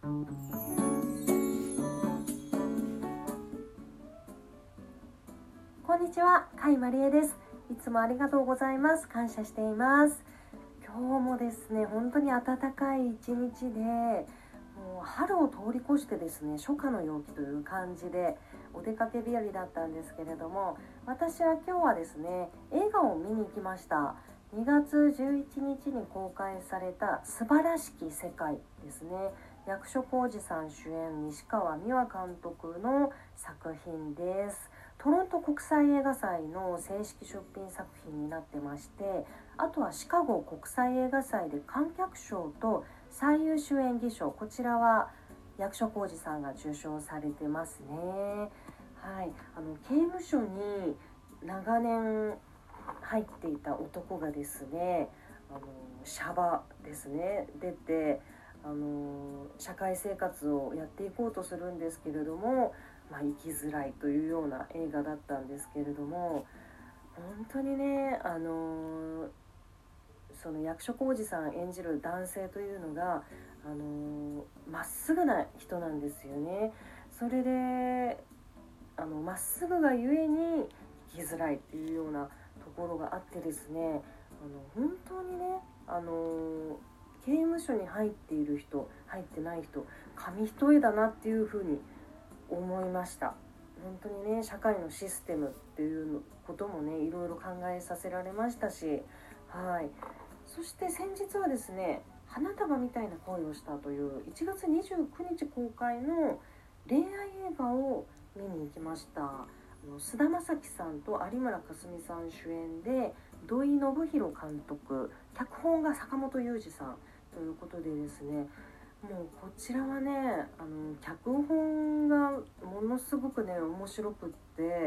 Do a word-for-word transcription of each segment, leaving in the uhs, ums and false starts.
こんにちは、甲斐まりえです。いつもありがとうございます。感謝しています。今日もですね、本当に暖かい一日で、もう春を通り越してですね、初夏の陽気という感じでお出かけ日和だったんですけれども、私は今日はですね、映画を見に行きました。にがつじゅういちにちに公開された素晴らしき世界ですね。役所広司さん主演、西川美和監督の作品です。トロント国際映画祭の正式出品作品になってまして、あとはシカゴ国際映画祭で観客賞と最優秀演技賞、こちらは役所広司さんが受賞されてますね。はい、あの刑務所に長年入っていた男がですね、あのシャバですね、出てあの社会生活をやっていこうとするんですけれども、まあ、生きづらいというような映画だったんですけれども、本当にね、あのその役所広司さん演じる男性というのがあのまっすぐな人なんですよね。それであのまっすぐがゆえに生きづらいっていうようなところがあってですね、あの本当にね、あの刑務所に入っている人入ってない人紙一重だなっていうふうに思いました。本当にね、社会のシステムっていうこともね、いろいろ考えさせられましたし、はい。そして先日はですね、花束みたいな恋をしたといういちがつにじゅうくにち公開の恋愛映画を見に行きました。菅田将暉さんと有村架純さん主演で、土井信弘監督、脚本が坂本雄二さんということでですね、もうこちらはね、あの脚本がものすごくね面白くって、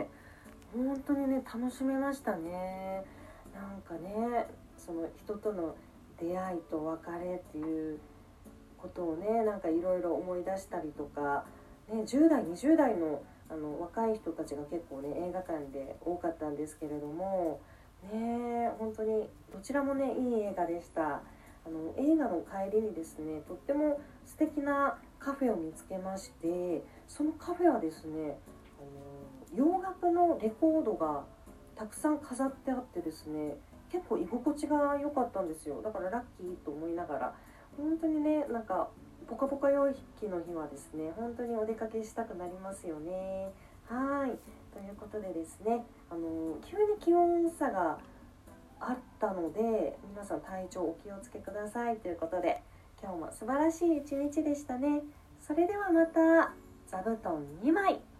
本当にね楽しめましたね。なんかね、その人との出会いと別れっていうことをね、なんかいろいろ思い出したりとか、ね、じゅう代にじゅう代のあの若い人たちが結構ね映画館で多かったんですけれどもね、本当にどちらもねいい映画でした。あの映画の帰りにですね、とっても素敵なカフェを見つけまして、そのカフェはですね、あの洋楽のレコードがたくさん飾ってあってですね、結構居心地が良かったんですよ。だからラッキーと思いながら、本当にね、なんかポカポカ陽気の日はですね、本当にお出かけしたくなりますよね。はい、ということでですね、あの急に気温差があったので、皆さん体調お気をつけくださいということで、今日も素晴らしい一日でしたね。それではまた。座布団にまい。